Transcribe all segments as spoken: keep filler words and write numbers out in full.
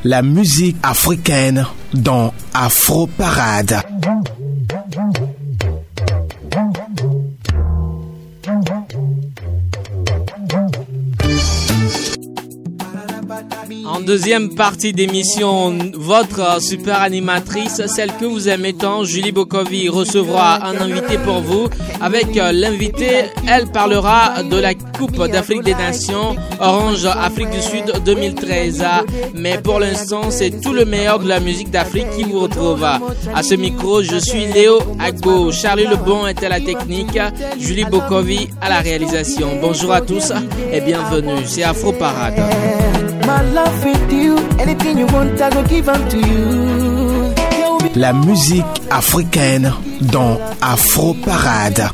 La musique africaine dans Afro Parade. En deuxième partie d'émission, votre super animatrice, celle que vous aimez tant, Julie Bokovi, recevra un invité pour vous. Avec l'invité, elle parlera de la Coupe d'Afrique des Nations Orange Afrique du Sud deux mille treize. Mais pour l'instant, c'est tout le meilleur de la musique d'Afrique qui vous retrouve. À ce micro, je suis Léo Agbo. Charlie Lebon est à la technique, Julie Bokovi à la réalisation. Bonjour à tous et bienvenue, c'est Afro Parade. La musique africaine dans Afro Parade.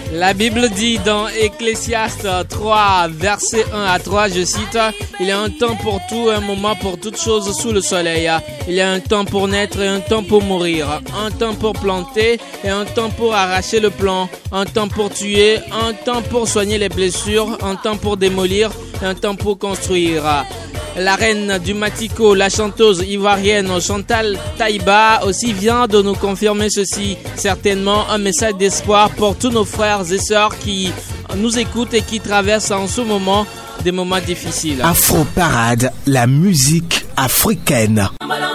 La Bible dit dans Ecclésiaste trois, verset un à trois, je cite, « Il y a un temps pour tout, un moment pour toutes choses sous le soleil. Il y a un temps pour naître et un temps pour mourir, un temps pour planter et un temps pour arracher le plant, un temps pour tuer, un temps pour soigner les blessures, un temps pour démolir et un temps pour construire. » La reine du Matico, la chanteuse ivoirienne Chantal Taïba aussi vient de nous confirmer ceci. Certainement un message d'espoir pour tous nos frères et sœurs qui nous écoutent et qui traversent en ce moment des moments difficiles. Afro Parade, la musique africaine.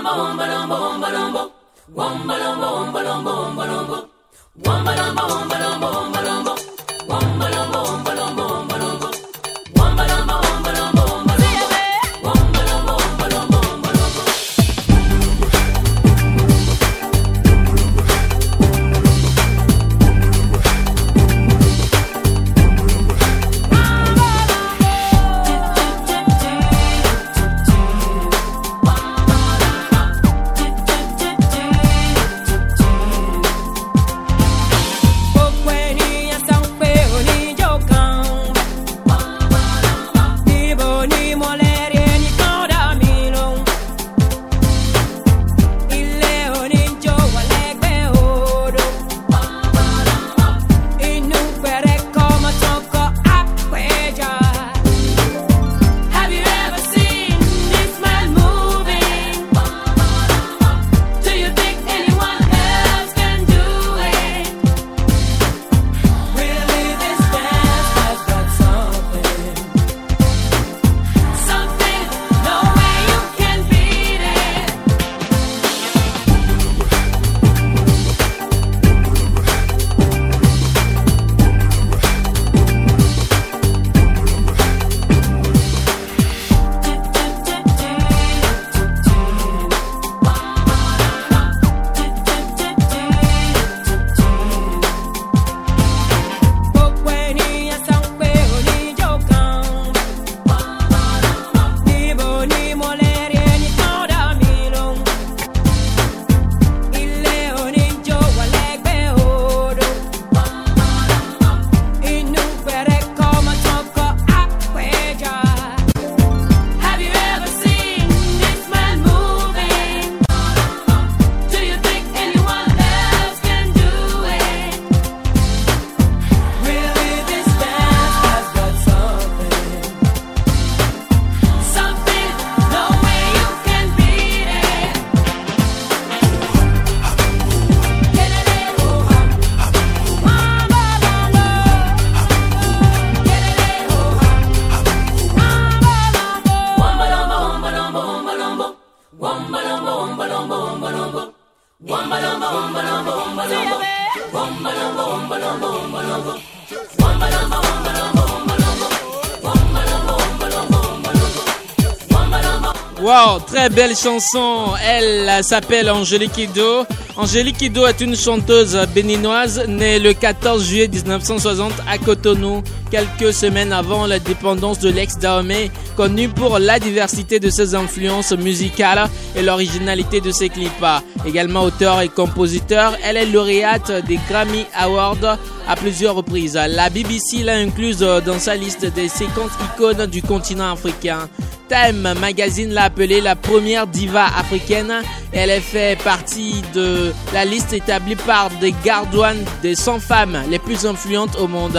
Wow, très belle chanson. Elle s'appelle Angélique Kidjo. Angélique Kidjo est une chanteuse béninoise née le quatorze juillet mille neuf cent soixante à Cotonou, quelques semaines avant l'indépendance de l'ex-Dahomey, connue pour la diversité de ses influences musicales et l'originalité de ses clips. Également auteur et compositeur, elle est lauréate des Grammy Awards à plusieurs reprises. La B B C l'a incluse dans sa liste des cinquante icônes du continent africain. Time Magazine l'a appelée la première diva africaine. Elle est fait partie de la liste établie par The Guardian des cent femmes les plus influentes au monde.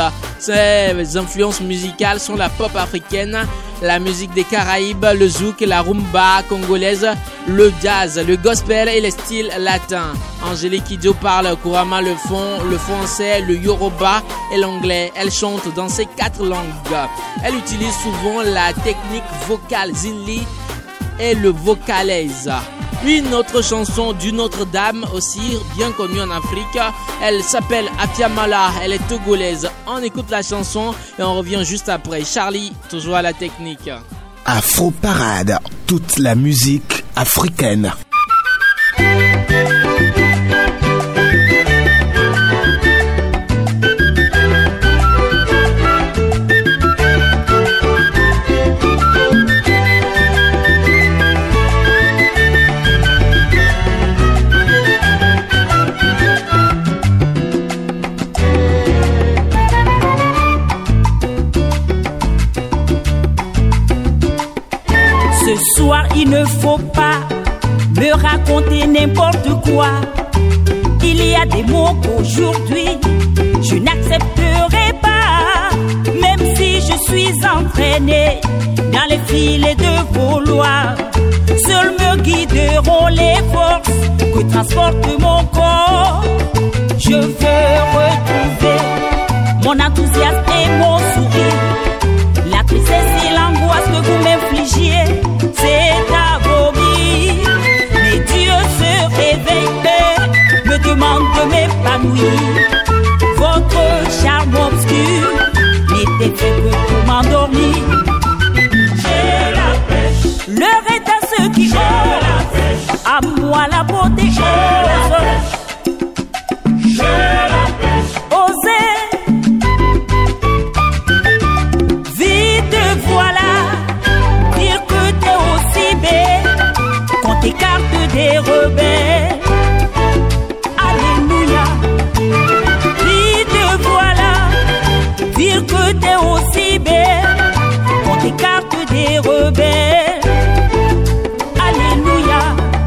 Ses influences musicales sont la pop africaine, la musique des Caraïbes, le zouk, la rumba congolaise, le jazz, le gospel et les styles latins. Angélique Kidjo parle couramment le fon, le français, le yoruba et l'anglais. Elle chante dans ces quatre langues. Elle utilise souvent la technique vocale Zinli et le vocalese. Une autre chanson d'une autre dame aussi bien connue en Afrique, elle s'appelle Atiamala, elle est togolaise. On écoute la chanson et on revient juste après. Charlie, toujours à la technique. Afro Parade, toute la musique africaine. soir il ne faut pas me raconter n'importe quoi. Il y a des mots qu'aujourd'hui je n'accepterai pas, même si je suis entraînée dans les filets de vos lois. Seuls me guideront les forces que transporte mon corps. Je veux retrouver mon enthousiasme et mon sourire. La tristesse et l'angoisse que vous m'infligiez, c'est à vomir. Mais Dieu se réveille et me demande de m'épanouir. Votre charme obscur n'était fait que pour m'endormir. J'ai la pêche. L'heure est à ceux qui osent. À moi la beauté ose. Écarte des rebelles. Alléluia. Vite voilà, dire que t'es aussi belle. On t'écarte des rebelles. Alléluia.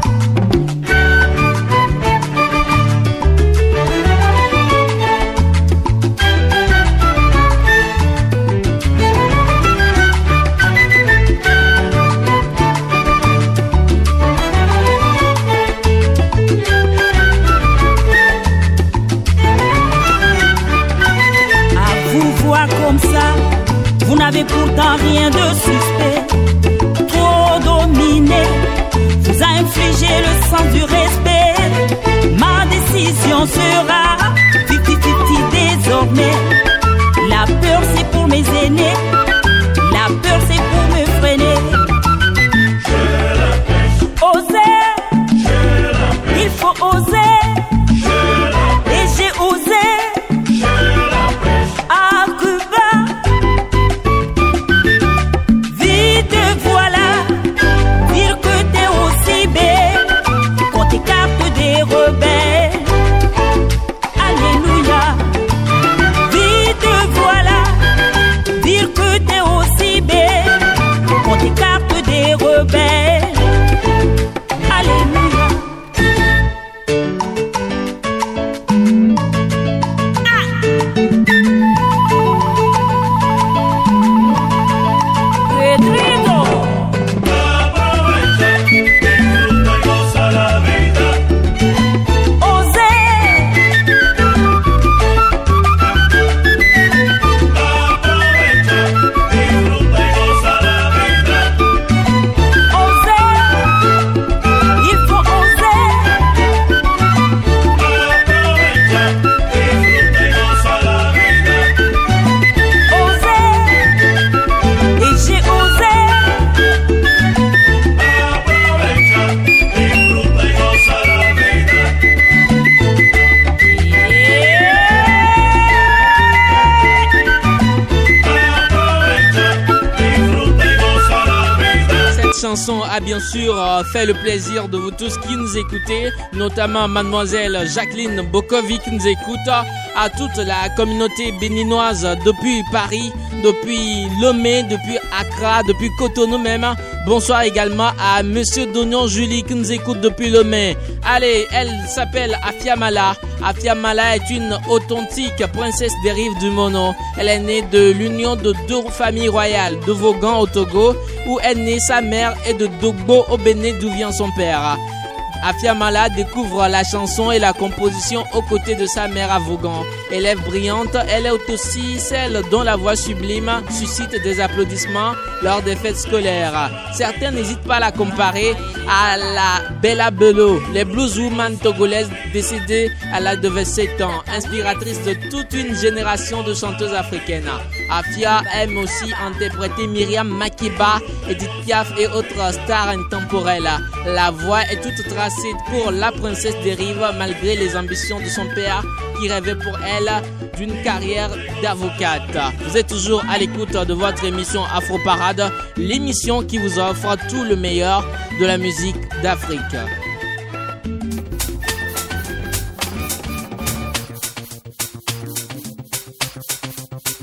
Comme ça, vous n'avez pourtant rien de suspect. Trop dominé, vous a infligé le sens du respect. Ma décision sera cinquante cinquante désormais. La peur c'est pour mes aînés, la peur c'est pour me freiner. Je la pêche. Oser, je la pêche. Il faut oser. Je la pêche. Et j'ai osé. Chanson a bien sûr fait le plaisir de vous tous qui nous écoutez, notamment mademoiselle Jacqueline Bokovi qui nous écoute, à toute la communauté béninoise depuis Paris, depuis Lomé, depuis Accra, depuis Cotonou même. Bonsoir également à monsieur Dognon Julie qui nous écoute depuis Lomé. Allez, elle s'appelle Afia Mala. Afia Mala est une authentique princesse des rives du Mono. Elle est née de l'union de deux familles royales, de Vaughan au Togo, où est née sa mère, et de Dogbo au Bénin d'où vient son père. Afia Mala découvre la chanson et la composition aux côtés de sa mère à Vaughan. Élève brillante, elle est aussi celle dont la voix sublime suscite des applaudissements lors des fêtes scolaires. Certains n'hésitent pas à la comparer à la Bella Bello, les blueswoman togolaises décédées à l'âge de vingt-sept ans, inspiratrice de toute une génération de chanteuses africaines. Afia aime aussi interpréter Myriam Makeba, Edith Piaf et autres stars intemporelles. La voix est toute tracée pour la princesse des rives malgré les ambitions de son père qui rêvait pour elle d'une carrière d'avocate. Vous êtes toujours à l'écoute de votre émission Afro Parade, l'émission qui vous offre tout le meilleur de la musique d'Afrique.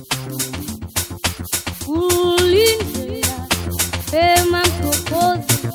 Ulinzi, ema mkokozi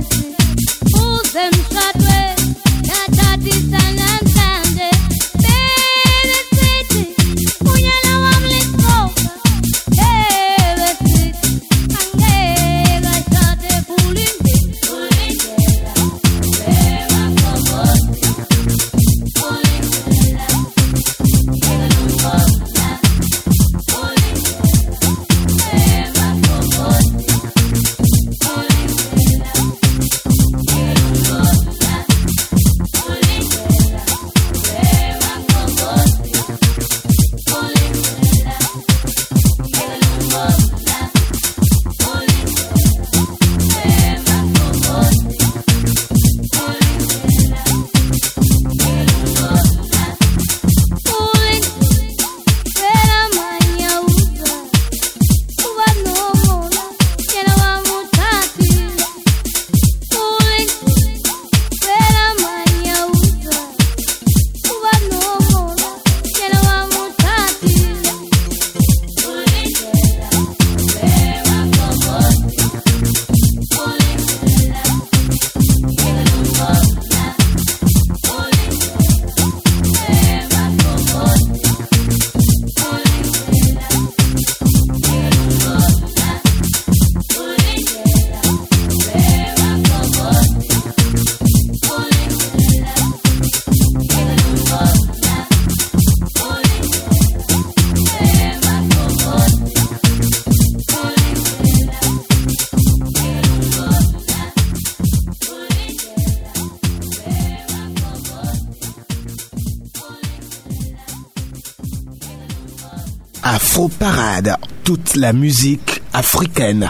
Afro Parade, toute la musique africaine.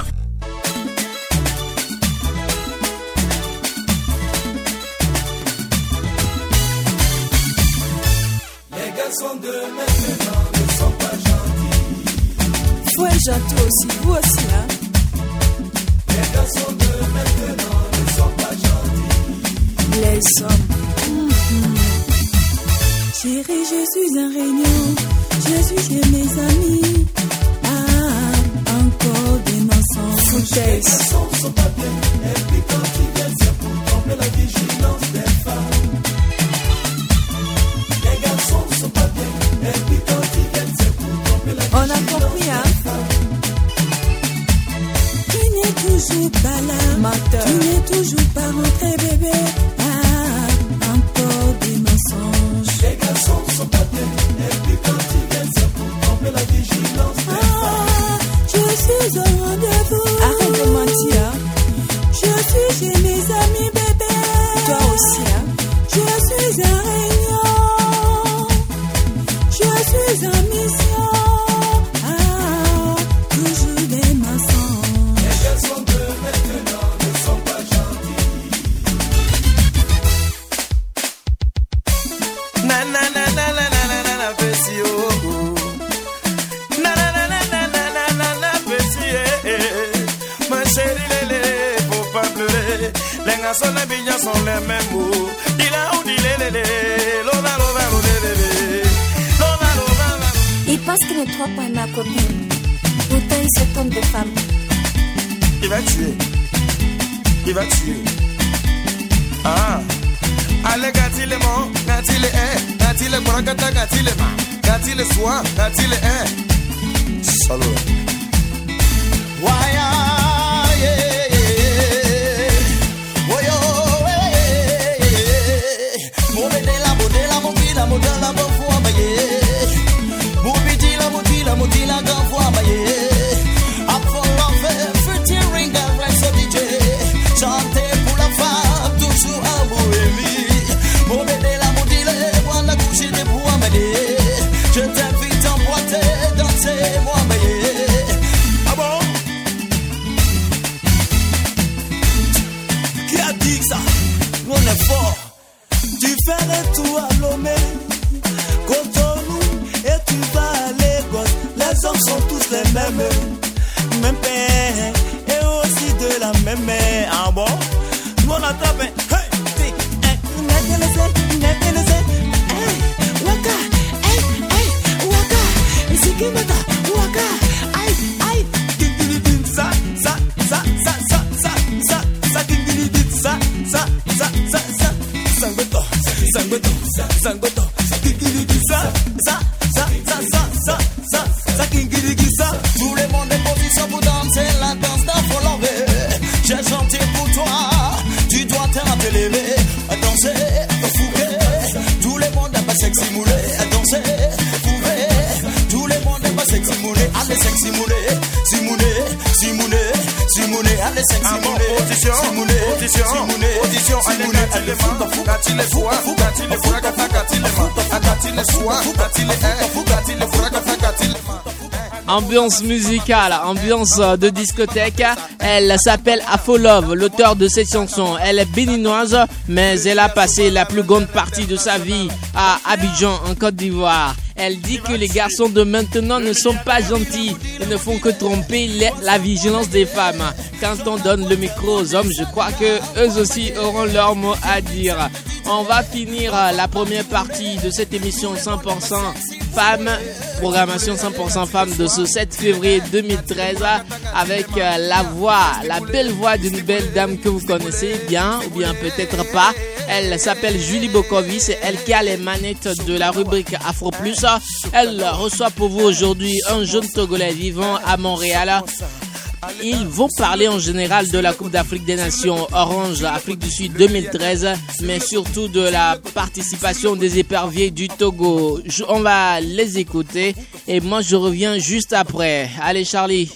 Les garçons de maintenant ne sont pas gentils. Faut être gentil aussi, vous aussi, hein. Les garçons de maintenant ne sont pas gentils. Les hommes. Mm-hmm. Chérie, je suis un réunion. Je suis chez mes amis. Ah, encore des mensonges. Foutaise. Les garçons sont pas bien. Et puis quand ils viennent, c'est pour tromper la vigilance des femmes. Les garçons sont pas bien. Et puis quand ils viennent, c'est pour tromper la vigilance. On a compris, hein? Tu n'es toujours pas là. Menteur. Tu n'es toujours pas rentré, bébé. Ah, encore des mensonges. Les garçons sont pas bien. Et puis quand ils viennent, c'est pour tromper la vigilance des ah, femmes. Je suis au rendez-vous. Arrête de mentir. Je suis chez mes amis, bébé. Toi aussi, hein? Je suis en réunion. Je suis en mission. Ah, toujours des mensonges. Les garçons de maintenant ne sont pas gentils. Na na na na na na na na na petit oh. Na na na na na na na na na petit eh. Ma chérie lélé, faut pas pleurer. Les garçons les biens sont les mêmes mots. Dila ou dile lélé, lova lova lélé, lova lova. Il pense qu'il ne trompe pas ma copine. Pourtant il se trompe de femme. Il va tuer. Il va tuer. Ah. Allez, gâtis les mots, gâtis les eh, gâtis les bracata, gâtis les mains, gâtis les soins, gâtis les eh. Salut. Waya, yeah, yeah. Woyo, yeah, yeah. Mon bébé la modèle, mon fille la modèle, la bonne foi, maillé. Mon petit la modèle, la modèle, la grande foi, maillé. Up for love, featuring a Rex D J. Chanter pour la femme, toujours un bohémie. Mon bébé la modile, moi la couche des bois maillés. Je t'invite à boiter, danser, moi maillé. Ah bon? Qui a dit ça? On est fort. Tu ferais tout à Lomé, Cotonou, et tu vas à Lagos. Les hommes sont tous les mêmes, même père, et aussi de la même mère. Ah bon? Nous on attrape un. Zangoto, Kikirigisa, ça, ça, ça, ça, ça, ça, ça, Kikirigisa. Tout le monde est position pour danser la danse d'Afro-Lové. J'ai chanté pour toi, tu dois te lever, à danser, à fouguer. Tout le monde est pas sexy moulé, à danser, fouguer. Tout le monde est pas sexy moulé, allez sexy moulé, simulé, simulé, simulé, allez sexy moulé, position, simulé, position, simulé, position, allez gâti les mains, gâti les foies, gâti les foies, gâti les mains, gâti les soies, gâti les airs, gâti les foies, gâti les mains. Ambiance musicale, ambiance de discothèque. Elle s'appelle Afro Love, l'auteur de cette chanson. Elle est béninoise, mais elle a passé la plus grande partie de sa vie à Abidjan, en Côte d'Ivoire. Elle dit que les garçons de maintenant ne sont pas gentils et ne font que tromper les, la vigilance des femmes. Quand on donne le micro aux hommes, je crois que eux aussi auront leur mot à dire. On va finir la première partie de cette émission cent pour cent femmes, programmation cent pour cent femmes de ce sept février deux mille treize avec la voix, la belle voix d'une belle dame que vous connaissez bien ou bien peut-être pas. Elle s'appelle Julie Bokovi, c'est elle qui a les manettes de la rubrique Afro Plus. Elle reçoit pour vous aujourd'hui un jeune Togolais vivant à Montréal. Ils vont parler en général de la Coupe d'Afrique des Nations Orange Afrique du Sud deux mille treize, mais surtout de la participation des éperviers du Togo. Je, on va les écouter et moi je reviens juste après. Allez Charlie.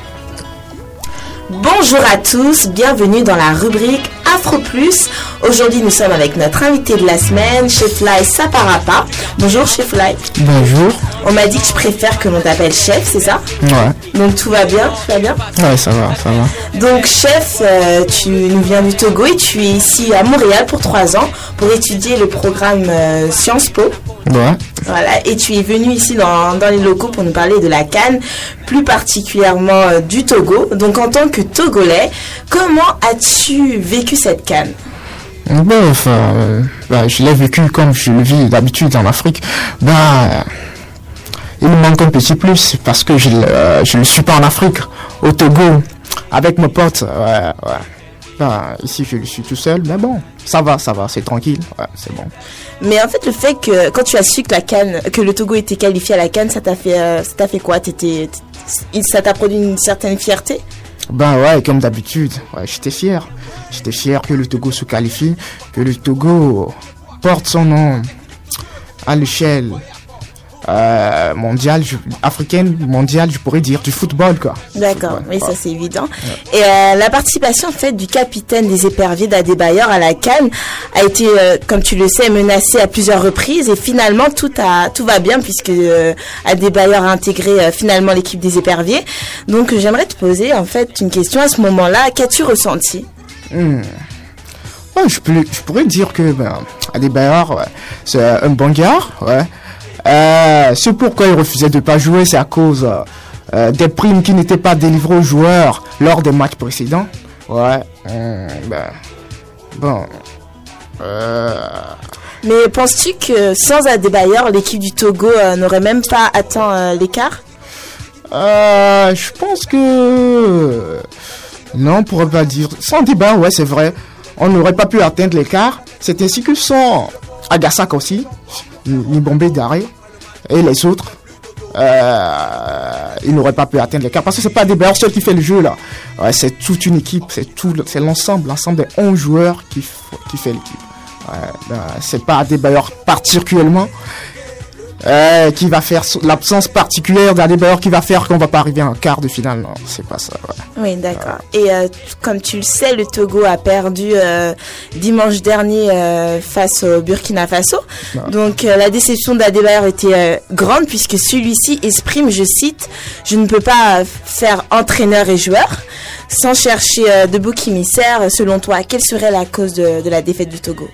Bonjour à tous, bienvenue dans la rubrique Afro Plus. Aujourd'hui nous sommes avec notre invité de la semaine, Chefly Saparapa. Bonjour Chefly. Bonjour. On m'a dit que je préfère que l'on t'appelle chef, c'est ça? Ouais. Donc tout va bien, tout va bien? Ouais, ça va, ça va. Donc chef, euh, tu nous viens du Togo et tu es ici à Montréal pour trois ans pour étudier le programme euh, Sciences Po. Ouais. Voilà, et tu es venu ici dans, dans les locaux pour nous parler de la CAN, plus particulièrement euh, du Togo. Donc en tant que Togolais, comment as-tu vécu cette CAN? Bon, enfin, euh, bah, je l'ai vécu comme je le vis d'habitude en Afrique. Bah, il me manque un petit plus parce que je ne euh, je suis pas en Afrique, au Togo, avec mes potes. Ouais, ouais. Bah, ici, je suis tout seul, mais bon, ça va, ça va, c'est tranquille, ouais, c'est bon. Mais en fait, le fait que quand tu as su que la CAN, que le Togo était qualifié à la CAN, ça t'a fait, euh, ça t'a fait quoi? T'étais, ça t'a produit une certaine fierté? Ben ouais, comme d'habitude, ouais, j'étais fier. J'étais fier que le Togo se qualifie, que le Togo porte son nom à l'échelle euh, mondiale, je, africaine, mondiale, je pourrais dire, du football, quoi. D'accord, football, oui, ouais. ça c'est évident. Ouais. Et euh, la participation en fait du capitaine des éperviers d'Adebayor à la CAN a été, euh, comme tu le sais, menacée à plusieurs reprises et finalement tout a tout va bien puisque euh, Adebayor a intégré euh, finalement l'équipe des éperviers. Donc j'aimerais te poser en fait une question à ce moment-là. Qu'as-tu ressenti? Hmm. Ouais, je, peux, je pourrais dire que ben, Adebayor, ouais, c'est un bon gars, ouais. Euh, ce pourquoi il refusait de pas jouer, c'est à cause euh, des primes qui n'étaient pas délivrées aux joueurs lors des matchs précédents. Ouais. Hum, ben, bon. Euh... Mais penses-tu que sans Adebayor, l'équipe du Togo euh, n'aurait même pas atteint euh, l'écart? Euh, je pense que non, on pourrait pas dire. Sans Adebayor, ouais, c'est vrai. On n'aurait pas pu atteindre l'écart. C'est ainsi que sans Agassak aussi. Ni Bombé d'arrêt et les autres euh, ils n'auraient pas pu atteindre les cas parce que c'est pas des bailleurs seuls qui fait le jeu là, ouais, c'est toute une équipe, c'est tout, c'est l'ensemble l'ensemble des onze joueurs qui, qui fait l'équipe, ouais, ben, c'est pas des bailleurs particulièrement euh, qui va faire l'absence particulière d'un débailleur qui va faire qu'on va pas arriver en quart de finale, non, c'est pas ça, ouais. Oui, d'accord. Et euh, comme tu le sais, le Togo a perdu euh, dimanche dernier euh, face au Burkina Faso. Ouais. Donc euh, la déception d'Adebayor était euh, grande puisque celui-ci exprime, je cite, « Je ne peux pas faire entraîneur et joueur sans chercher euh, de bouc émissaire. » Selon toi, quelle serait la cause de, de la défaite du Togo?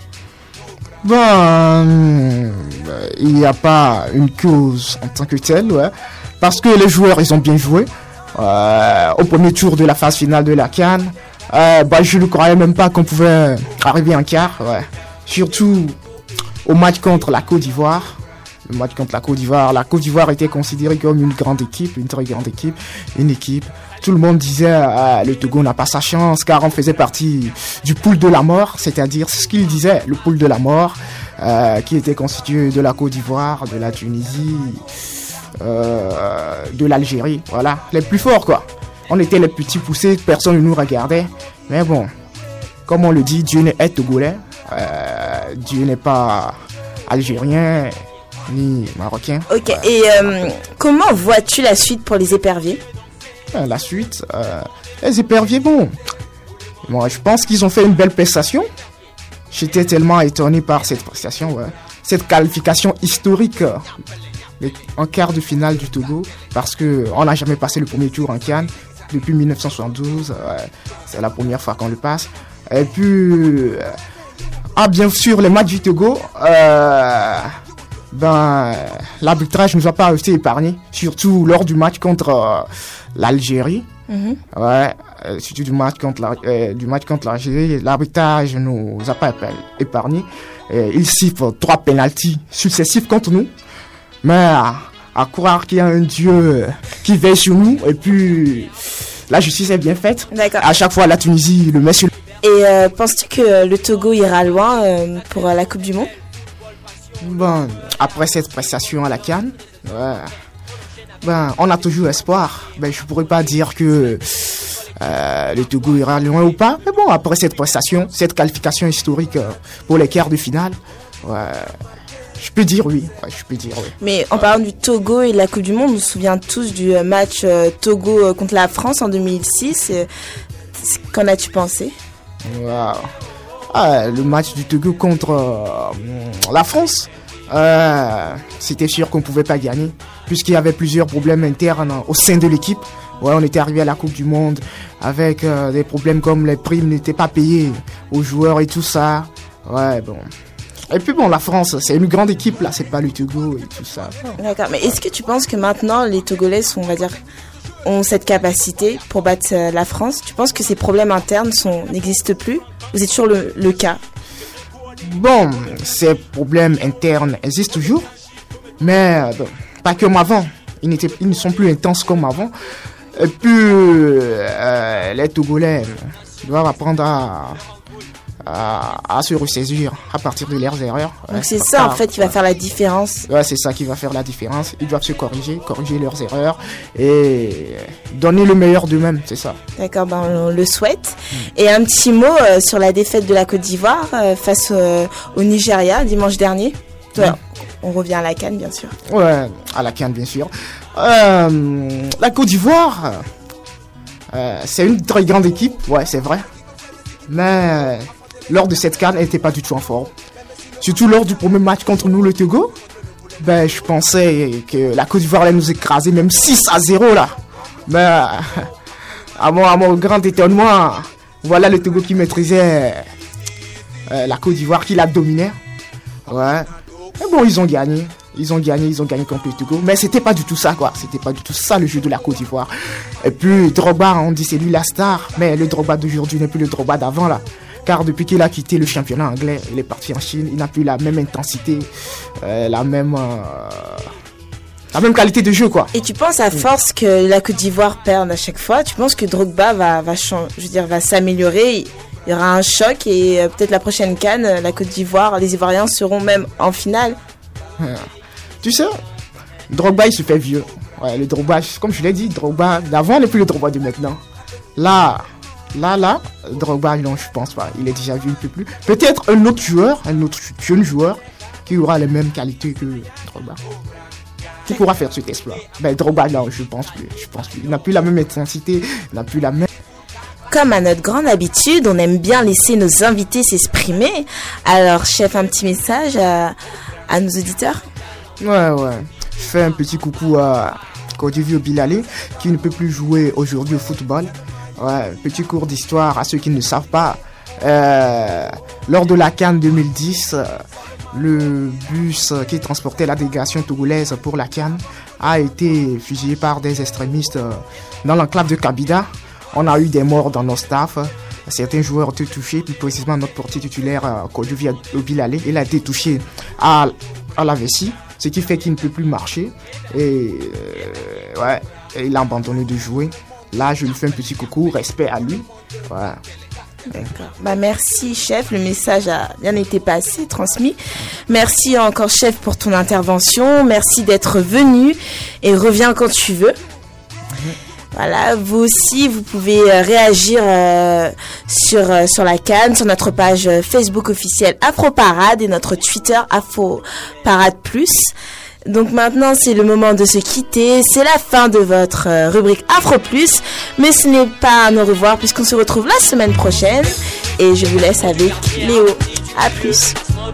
Bon, il n'y a pas une cause en tant que telle, ouais, parce que les joueurs, ils ont bien joué euh, au premier tour de la phase finale de la CAN. Euh, bah, je ne croyais même pas qu'on pouvait arriver en quart, ouais. Surtout au match contre la Côte d'Ivoire. le match contre la Côte d'Ivoire. La Côte d'Ivoire était considérée comme une grande équipe, une très grande équipe, une équipe. Tout le monde disait ah, le Togo n'a pas sa chance car on faisait partie du pool de la mort, c'est-à-dire c'est ce qu'il disait, le pool de la mort, euh, qui était constitué de la Côte d'Ivoire, de la Tunisie, euh, de l'Algérie, voilà, les plus forts quoi. On était les petits poussés, personne ne nous regardait, mais bon, comme on le dit, Dieu n'est togolais, euh, Dieu n'est pas algérien ni marocain. Ok, et euh, comment vois-tu la suite pour les éperviers? La suite, euh, les éperviers, bon, moi je pense qu'ils ont fait une belle prestation. J'étais tellement étonné par cette prestation, ouais. Cette qualification historique euh, en quart de finale du Togo, parce qu'on n'a jamais passé le premier tour en CAN depuis mille neuf cent soixante-douze, ouais, c'est la première fois qu'on le passe. Et puis, euh, ah bien sûr, les matchs du Togo, euh, ben, l'arbitrage ne nous a pas été épargné, surtout lors du match contre euh, l'Algérie. Mm-hmm. Ouais, euh, surtout du match contre la, euh, du match contre l'Algérie, l'arbitrage ne nous a pas épargné. Euh, il siffle trois pénaltys successifs contre nous. Mais à, à croire qu'il y a un Dieu qui veille sur nous, et puis la justice est bien faite. D'accord. À chaque fois, la Tunisie le met sur. Et euh, penses-tu que le Togo ira loin euh, pour euh, la Coupe du Monde? Bon, après cette prestation à la CAN, ouais, ben, on a toujours espoir. Ben, je pourrais pas dire que euh, le Togo ira loin ou pas. Mais bon, après cette prestation, cette qualification historique euh, pour les quarts de finale, ouais, je peux dire oui. Ouais, je peux dire oui. Mais en parlant du Togo et de la Coupe du Monde, on se souvient tous du match euh, Togo euh, contre la France en deux mille six. Euh, qu'en as-tu pensé? Wow. Ah, le match du Togo contre euh, la France, euh, c'était sûr qu'on ne pouvait pas gagner, puisqu'il y avait plusieurs problèmes internes au sein de l'équipe. Ouais, on était arrivé à la Coupe du Monde avec euh, des problèmes comme les primes n'étaient pas payées aux joueurs et tout ça. Ouais, bon. Et puis bon, la France, c'est une grande équipe là, c'est pas le Togo et tout ça. D'accord, mais est-ce que tu penses que maintenant les Togolais sont, on va dire, ont cette capacité pour battre euh, la France? Tu penses que ces problèmes internes sont, n'existent plus? Vous êtes toujours le, le cas? Bon, ces problèmes internes existent toujours, mais bon, pas comme avant. Ils, n'étaient, ils ne sont plus intenses comme avant. Et puis, euh, les Togolais doivent apprendre à, à, à se ressaisir à partir de leurs erreurs. Donc ouais, c'est ça, en fait, qui va faire la différence. Ouais, c'est ça qui va faire la différence. Ils doivent se corriger, corriger leurs erreurs et donner le meilleur d'eux-mêmes, c'est ça. D'accord, ben on le souhaite. Mmh. Et un petit mot euh, sur la défaite de la Côte d'Ivoire euh, face euh, au Nigeria dimanche dernier. Ouais, mmh. On revient à la CAN, bien sûr. Ouais, à la CAN, bien sûr. Euh, la Côte d'Ivoire, euh, c'est une très grande équipe, ouais, c'est vrai. Mais lors de cette CAN, elle n'était pas du tout en forme. Surtout lors du premier match contre nous, le Togo. Ben, je pensais que la Côte d'Ivoire allait nous écraser, même six à zéro là. Mais à mon, à mon grand étonnement, voilà le Togo qui maîtrisait euh, la Côte d'Ivoire, qui la dominait. Ouais. Mais bon, ils ont gagné. Ils ont gagné, ils ont gagné contre le Togo. Mais c'était pas du tout ça, quoi. C'était pas du tout ça, le jeu de la Côte d'Ivoire. Et puis, Drogba, on dit c'est lui la star. Mais le Drogba d'aujourd'hui n'est plus le Drogba d'avant, là. Car depuis qu'il a quitté le championnat anglais, il est parti en Chine. Il n'a plus la même intensité, euh, la même... Euh, la même qualité de jeu, quoi. Et tu penses, à force que la Côte d'Ivoire perde à chaque fois, tu penses que Drogba va, va, je veux dire, va s'améliorer? Il y aura un choc et euh, peut-être la prochaine CAN, la Côte d'Ivoire, les Ivoiriens seront même en finale. Tu sais, Drogba il se fait vieux. Ouais, le Drogba, comme je l'ai dit, Drogba d'avant n'est plus le Drogba de maintenant. Là, là, là, Drogba, non, je pense pas. Il est déjà vieux, il ne peut plus. Peut-être un autre joueur, un autre jeune joueur qui aura les mêmes qualités que Drogba, qui pourra faire cet exploit. Ben Drogba, non, je pense plus. Je pense plus. Il n'a plus la même intensité, il n'a plus la même. Comme à notre grande habitude, on aime bien laisser nos invités s'exprimer. Alors, chef, un petit message à, à nos auditeurs. Ouais, ouais. Je fais un petit coucou à Kodivio Bilali, qui ne peut plus jouer aujourd'hui au football. Ouais, petit cours d'histoire à ceux qui ne savent pas. Euh, lors de la CAN deux mille dix, le bus qui transportait la délégation togolaise pour la CAN a été fusillé par des extrémistes dans l'enclave de Kabida. On a eu des morts dans nos staffs. Certains joueurs ont été touchés, plus précisément notre portier titulaire, Kodivio Bilali. Il a été touché à, à la vessie. ce qui fait qu'il ne peut plus marcher. Et euh, ouais, et il a abandonné de jouer. Là, je lui fais un petit coucou, respect à lui. Voilà. D'accord. Bah merci chef, le message a bien été passé, transmis. Merci encore chef pour ton intervention. Merci d'être venu et reviens quand tu veux. Voilà, vous aussi, vous pouvez euh, réagir euh, sur, euh, sur la CAN, sur notre page Facebook officielle Afro Parade et notre Twitter Afro Parade Plus. Donc maintenant, c'est le moment de se quitter. C'est la fin de votre euh, rubrique Afro Plus. Mais ce n'est pas un au revoir puisqu'on se retrouve la semaine prochaine. Et je vous laisse avec Léo. À plus.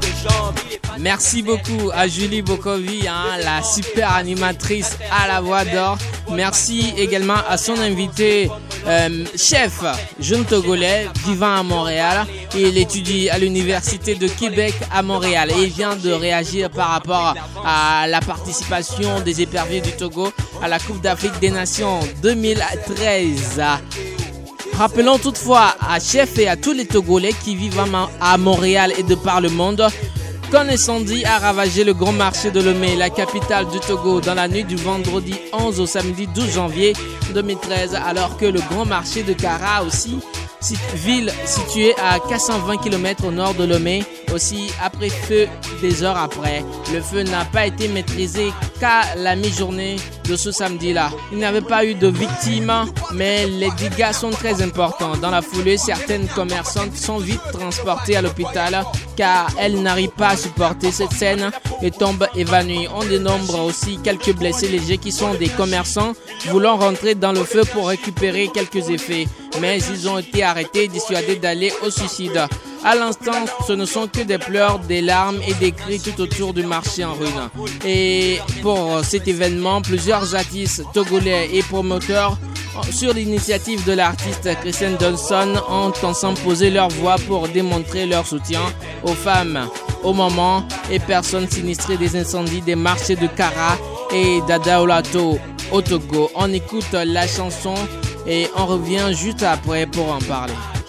Merci beaucoup à Julie Bokovi, hein, la super animatrice à la voix d'or. Merci également à son invité, euh, chef, jeune Togolais vivant à Montréal. Il étudie à l'Université de Québec à Montréal et il vient de réagir par rapport à la participation des éperviers du Togo à la Coupe d'Afrique des Nations deux mille treize. Rappelons toutefois à Chef et à tous les Togolais qui vivent à Montréal et de par le monde qu'un incendie a ravagé le grand marché de Lomé, la capitale du Togo, dans la nuit du vendredi onze au samedi douze janvier deux mille treize, alors que le grand marché de Kara aussi, ville située à quatre cent vingt kilomètres au nord de Lomé, aussi a pris feu des heures après. Le feu n'a pas été maîtrisé qu'à la mi-journée de ce samedi-là. Il n'y avait pas eu de victimes, mais les dégâts sont très importants. Dans la foulée, certaines commerçantes sont vite transportées à l'hôpital car elles n'arrivent pas à supporter cette scène et tombent évanouies. On dénombre aussi quelques blessés légers qui sont des commerçants voulant rentrer dans le feu pour récupérer quelques effets. Mais ils ont été arrêtés et dissuadés d'aller au suicide. À l'instant, ce ne sont que des pleurs, des larmes et des cris tout autour du marché en ruine. Et pour cet événement, plusieurs artistes togolais et promoteurs, sur l'initiative de l'artiste Christian Johnson, ont ensemble posé leur voix pour démontrer leur soutien aux femmes, aux mamans et personnes sinistrées des incendies des marchés de Kara et d'Adaolato au Togo. On écoute la chanson et on revient juste après pour en parler.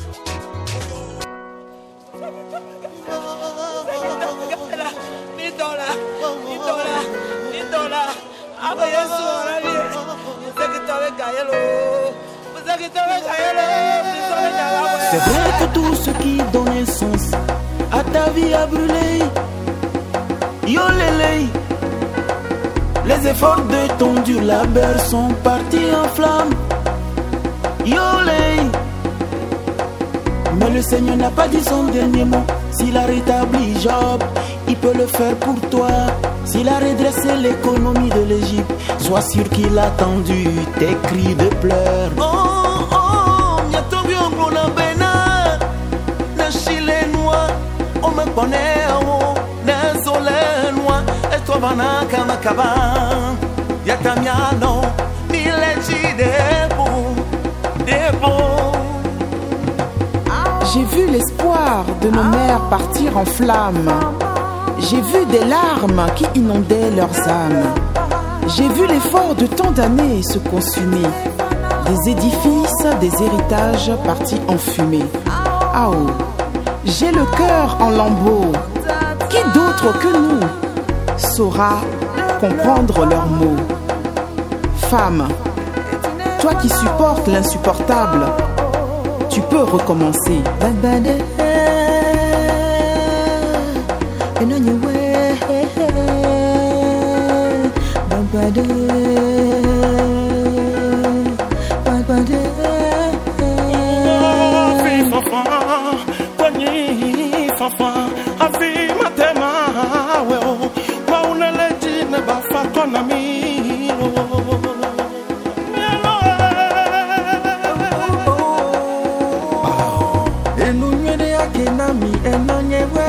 C'est vrai que tout ce qui donnait sens à ta vie a brûlé. Yo lélé, les efforts de ton dur labeur sont partis en flammes. Yo lé, mais le Seigneur n'a pas dit son dernier mot. S'il a rétabli Job, il peut le faire pour toi. S'il a redressé l'économie de l'Égypte, sois sûr qu'il a entendu tes cris de pleurs. Oh, oh, bientôt bien gros na bena, na chile noir, on me connaît en haut, na soleil noir, et toi vana kama kaba, yatamiano, milechi debo, debo. J'ai vu l'espoir de nos mères partir en flammes. J'ai vu des larmes qui inondaient leurs âmes. J'ai vu l'effort de tant d'années se consumer. Des édifices, des héritages partis en fumée. Ah oh, j'ai le cœur en lambeaux. Qui d'autre que nous saura comprendre leurs mots? Femme, toi qui supportes l'insupportable, tu peux recommencer. And on your way, Babade, Babade. Afi fafa, kwenye fafa, afi matema weo, mauna lejine bafa tona mi. Enu nyede yake nami eno nyewe.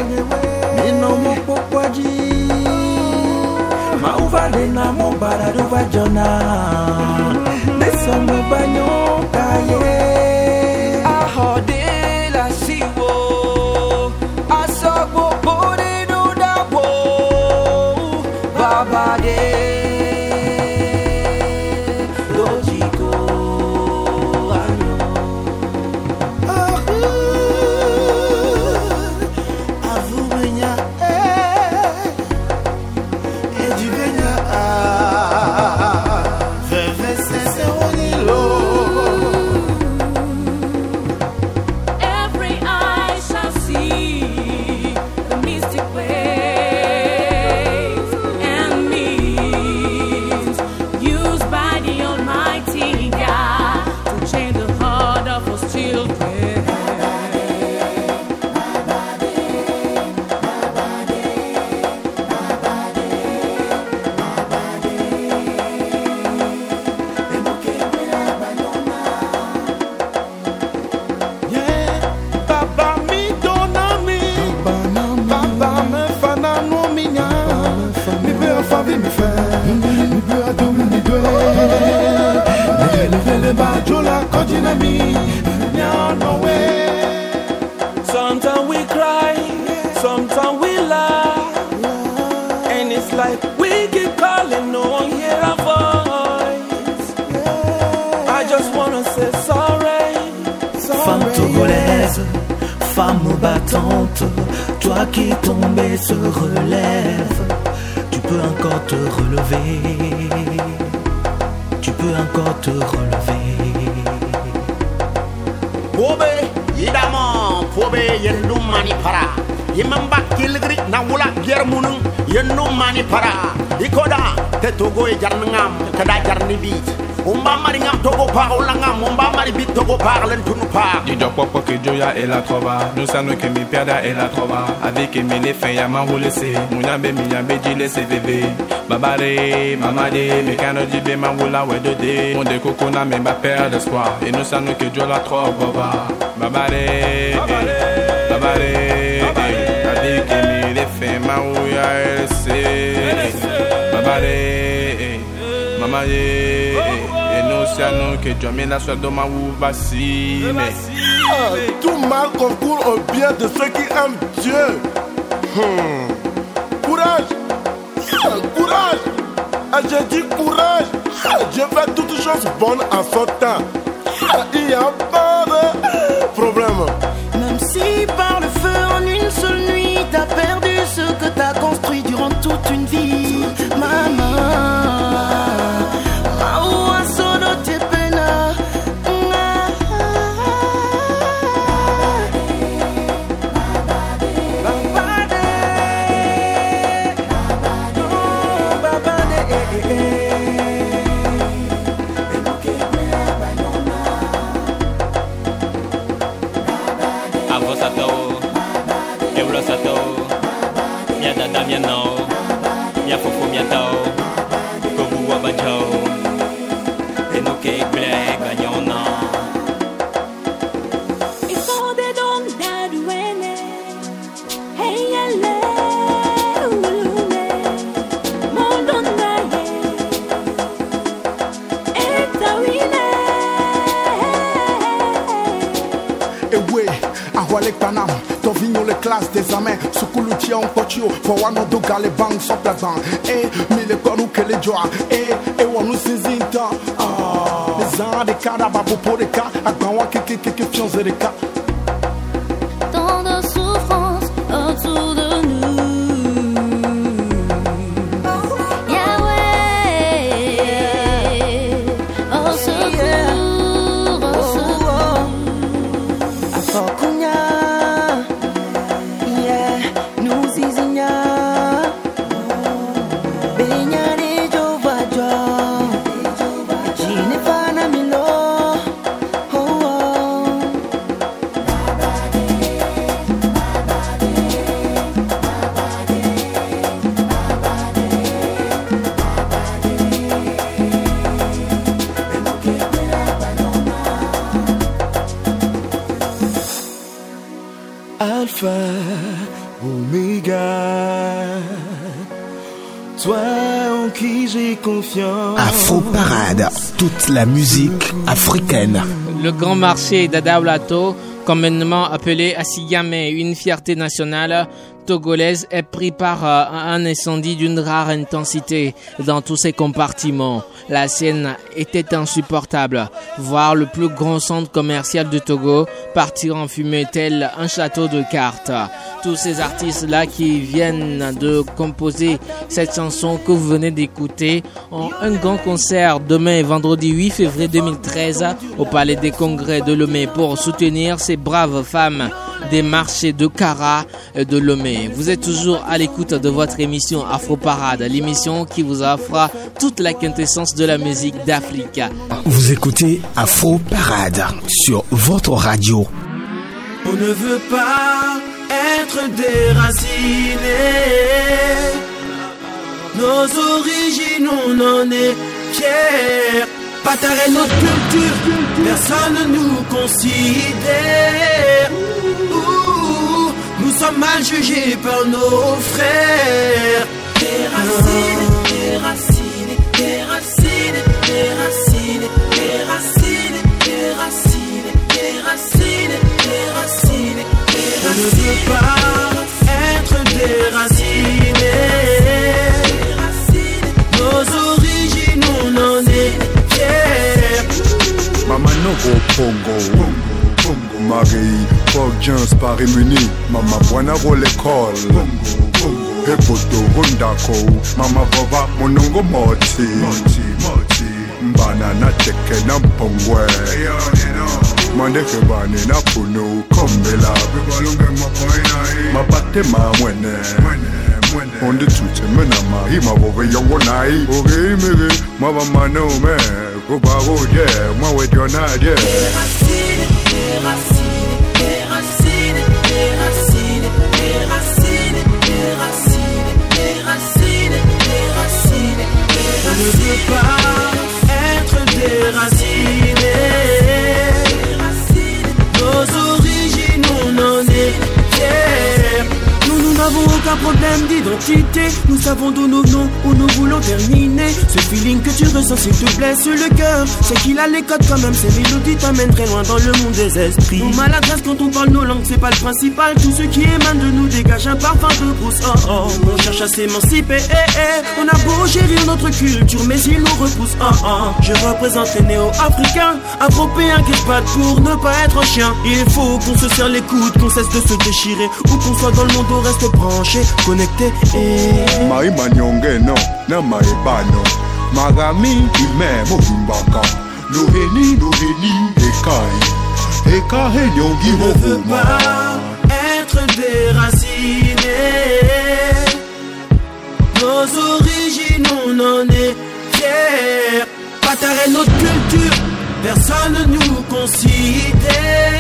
Mauvade na mobara do vajona Nessa me banyo kaye Ahode la siwo Asobo bode do da wo Babade Lojiko anyo Avu menya Sometimes we cry, sometimes we laugh, and it's like we keep calling, no one hear our voice. I just wanna say sorry. Femme togolaise, femme battante, toi qui tombais se relève. Tu peux encore te relever, tu peux encore te relever. Pobe, yidama, pobe yendu mani para. Yemamba kilgri na wula germunun yendu mani para. Ikoda te togo e jarnangam kada jarni bit. Umba mari ngam togo par ulangam, umba mari bit togo par l'entunu par. Di do popo que Joya e la trova, nous savons que mi perda e la trova. Avec Emile fin ya man roule se, munyambe minyambe jile se bébé. Babare, mamade, me cano di be man roula we de de. Mon de coco na me ba perdre d'espoir, et nous savons que Joya la trova baba. Babare, babare, avec Emile fin man rouya e se. Babare, mamade. Que Dieu me la soit de ma ou vacille. Ah, tout mal concourt au bien de ceux qui aiment Dieu. Hmm. Courage. Ah, courage. Ah, j'ai dit courage. Ah, Dieu fait toutes choses bonnes en son temps. Ah, il n'y a pas de problème. Même si par le feu en une seule nuit t'as perdu ce que t'as construit durant toute une vie, maman. Des amens, sukulu tia on pochio, for one of the galibang so plazan. Eh, mille konu que les joie, eh, et on nous sizinta. Ah, les ans de cada babu pour les cas, à grand qui qui qui qui fiance les cas. Tant de souffrance autour de nous. Yahweh, au secours, au secours. Afokunya. Alpha, Omega, toi en qui j'ai confiance. Afro Parade, toute la musique africaine. Le grand marché d'Adaolato, communément appelé Asigame, une fierté nationale togolaise, est pris par euh, un incendie d'une rare intensité dans tous ses compartiments. La scène était insupportable. Voir le plus grand centre commercial du Togo partir en fumée tel un château de cartes. Tous ces artistes-là qui viennent de composer cette chanson que vous venez d'écouter ont un grand concert demain, vendredi huit février deux mille treize, au Palais des Congrès de Lomé pour soutenir ces braves femmes des marchés de Kara et de Lomé. Vous êtes toujours à l'écoute de votre émission Afro Parade, l'émission qui vous offre toute la quintessence de la musique d'Afrique. Vous écoutez Afro Parade sur votre radio. On ne veut pas être déraciné. Nos origines, on en est fiers. Partager notre culture, personne ne nous considère. Ouh, nous sommes mal jugés par nos frères. Déracinés, déracinés, déracinés, déracinés, déracinés, déracinés. Bongo, bongo, bongo, Marie, Borgians, Paris Muni, Mama Buana Roll l'école. Bongo, bongo, Epoto, Rondako, Mama Baba, Monongo Moti, Moti, Moti, Mbana na Teke na Pongwe. Mandeke Bani na Puno, Kombela, Mabate Ma Mwene, on the tuche menama, he ma over young one eye, okay, maybe, Mama Mano, man, go back, oh, yeah, my way, you're not, yeah. On ne veut pas être déraciné. Nos origines, on en est fiers. Nous, nous n'avons aucun problème d'identité. Nous savons d'où nous venons, où nous voulons terminer. Ce feeling que tu ressens, s'il te blesse le cœur. C'est qu'il a les codes quand même, ces mélodies t'amènent très loin dans le monde des esprits. Nos maladresses quand on parle nos langues, c'est pas le principal. Tout ce qui émane de nous dégage un parfum de brousse. Oh oh, on cherche à s'émanciper, eh eh. On a beau chérir notre culture, mais il nous repousse. Oh oh, je représente les néo-africains, afropéens qui se battent pour ne pas être un chien. Il faut qu'on se serre les coudes, qu'on cesse de se déchirer. Où qu'on soit dans le monde, on reste branché, connecté et... Mai manyonge no, na mai bano. Magami ime mobimbaka. Loheni, loheni, ekai. Eka he nyongi on ne veut mohuma. pas être déraciné. Nos origines, on en est fiers. Pas tarer notre culture, personne ne nous considère.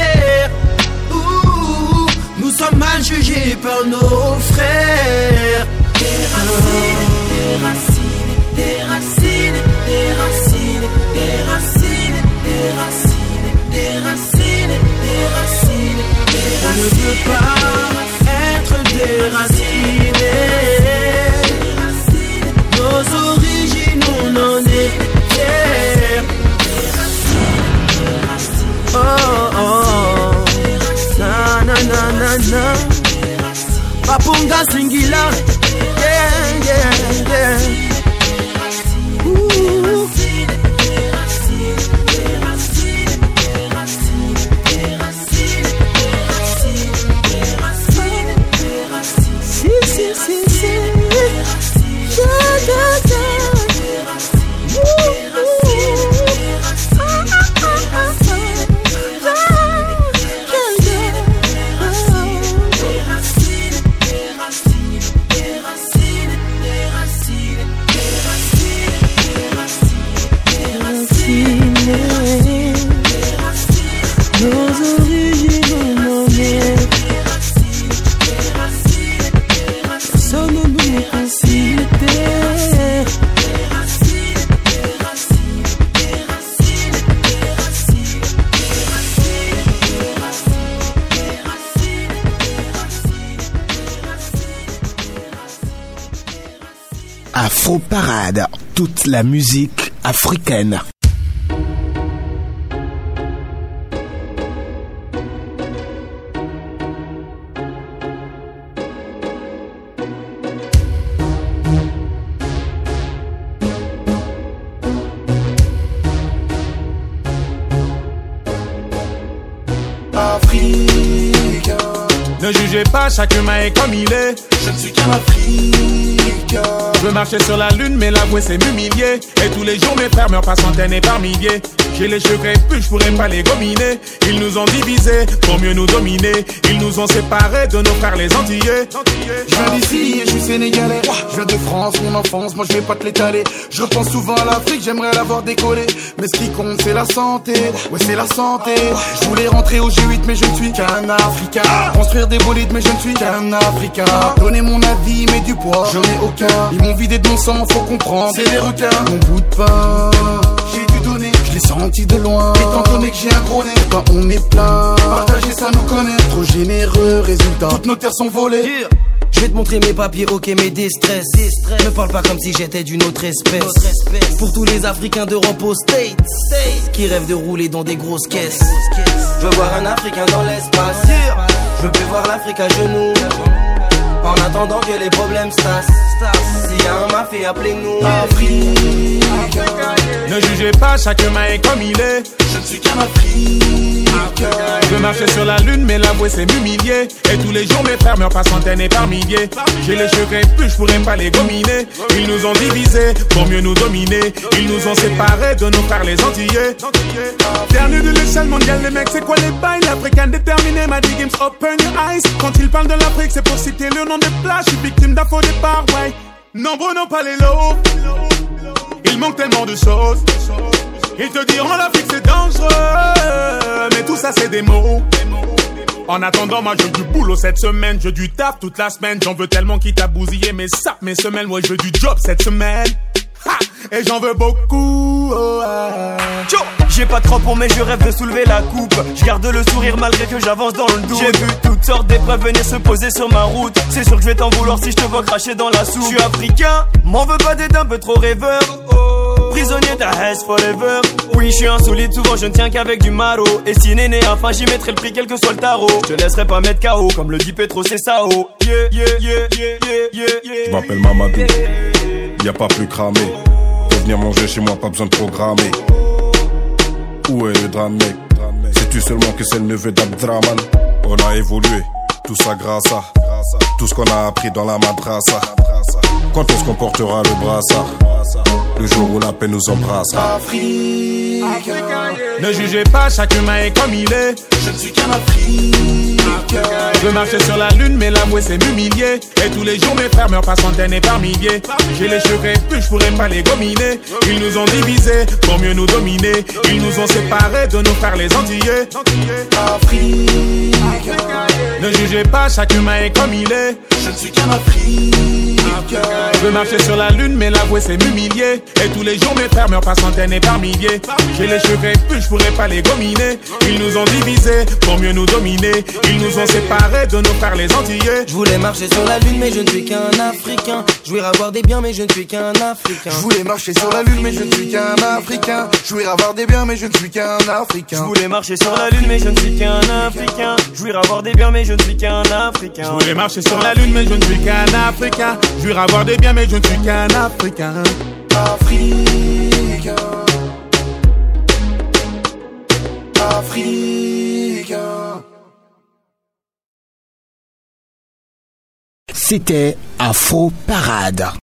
Ouh, nous sommes mal jugés par nos frères. Des racines, des racines, des racines, des racines, des racines, des racines, des racines, des racines. On ne veut pas être déraciné. Nos origines, on en est fiers. Oh oh, na na na na na. Papunga Singila, yeah yeah yeah. Ooh. Si si si si. Ja ja ja. Nos origines, on en est. Personne ne nous considère. Afro Parade, toute la musique africaine. Africain. Ne jugez pas, chaque humain est comme il est. Je ne suis qu'un Africain. Je veux marcher sur la lune, mais l'avouer c'est m'humilier. Et tous les jours mes frères meurent par centaines et par milliers. J'ai les cheveux crépus, je pourrais pas les gominer. Ils nous ont divisés pour mieux nous dominer. Ils nous ont séparés de nos frères les Antillais. Je viens d'ici et je suis sénégalais. Je viens de France, mon enfance, moi je vais pas te l'étaler. Je repense souvent à l'Afrique, j'aimerais l'avoir décollé. Mais ce qui compte c'est la santé, ouais c'est la santé. Je voulais rentrer au G huit mais je ne suis qu'un Africain. Construire des bolides mais je ne suis qu'un Africain. Donner mon avis mais du poids, j'en ai aucun. Ils m'ont vidé de mon sang, faut comprendre, c'est des requins. Mon bout de pain, j'ai dû donner, je l'ai senti de loin. Étant donné que j'ai un gros nez, quand on est plein, partager ça nous connaît. Trop généreux, résultat, toutes nos terres sont volées. Je vais te montrer mes papiers, ok, mes distress. Ne parle pas comme si j'étais d'une autre espèce. Pour tous les Africains d'Europe aux States qui rêvent de rouler dans des grosses caisses. Je veux voir un Africain dans l'espace. Je veux plus voir l'Afrique à genoux. En attendant que les problèmes stassent. S'il y a un mafia, appelez-nous. Ne jugez pas, chaque humain est comme il est. je ne suis qu'un Africain. Je veux marcher sur la lune, mais l'avouer c'est m'humilier. Et tous les jours mes frères meurent par centaines et par milliers. J'ai les cheveux crépus, je pourrais pas les gominer. Ils nous ont divisés pour mieux nous dominer. Ils nous ont séparés de nos frères les Antillais. Dernier de l'échelle mondiale, les mecs, c'est quoi les bails? L'Africain déterminé m'a dit Games, open your eyes. Quand ils parlent de l'Afrique, c'est pour citer le nom des plages. Je suis victime d'un faux départ, ouais. Nombreux n'ont pas les lots. Il manque tellement de choses. Ils te diront l'Afrique c'est dangereux, mais tout ça c'est des mots. En attendant, moi je veux du boulot cette semaine, je veux du taf toute la semaine. J'en veux tellement qui t'a bousillé mes sapes, mes semelles. Moi je veux du job cette semaine. Ha! Et j'en veux beaucoup. Oh, ah. J'ai pas de crampons mais je rêve de soulever la coupe. Je garde le sourire malgré que j'avance dans le doute. J'ai vu toutes sortes d'épreuves venir se poser sur ma route. C'est sûr que je vais t'en vouloir si je te vois cracher dans la soupe. Je suis africain, m'en veux pas d'être un peu trop rêveur. Prisonnier ta haise forever. Oui, je suis insolite, souvent je ne tiens qu'avec du maro. Et si néné, enfin j'y mettrai le prix quel que soit le tarot. Je te laisserai pas mettre K O, comme le dit Petro, c'est ça oh. Yeah, yeah, yeah, yeah, yeah, yeah. Je m'appelle Mamadou, y a pas plus cramé. Pour venir manger chez moi, pas besoin de programmer. Où est le drame, mec? Sais-tu seulement que c'est le neveu d'Abdraman? On a évolué, tout ça grâce à tout ce qu'on a appris dans la madrasa. Quand est-ce qu'on portera le brassard? Le jour où la paix nous embrassera. Africain. Ne jugez pas, chaque humain est comme il est. Je ne suis qu'un Africain. Je veux marcher sur la lune, mais l'avouer c'est m'humilier. Et tous les jours mes frères meurent par centaines et par milliers. J'ai les cheveux crépus, je pourrais pas les gominer. Ils nous ont divisés pour mieux nous dominer. Ils nous ont séparés de nos frères les Antillais. Africain. Ne jugez pas, chaque humain est comme il est. Je ne suis qu'un Africain. Je veux marcher sur la lune, mais l'avouer c'est m'humilier. Et tous les jours mes frères meurent par centaines et par milliers. J'ai les cheveux crépus, je pourrais pas les gominer. Ils nous ont divisés pour mieux nous dominer. Ils nous ont séparés de nos frères les Antillais. Je voulais marcher sur la lune mais je ne suis qu'un Africain. Jouir avoir des biens mais je ne suis qu'un Africain. Je voulais marcher sur la lune mais je ne suis qu'un Africain. Jouir avoir des biens mais je ne suis qu'un Africain. Je voulais marcher sur la lune mais je ne suis qu'un Africain. Jouir avoir des biens mais je ne suis qu'un Africain. Je voulais marcher sur la lune mais je ne suis qu'un Africain. Jouir avoir des biens mais je ne suis qu'un Africain. Africain. Africain. C'était Afro Parade.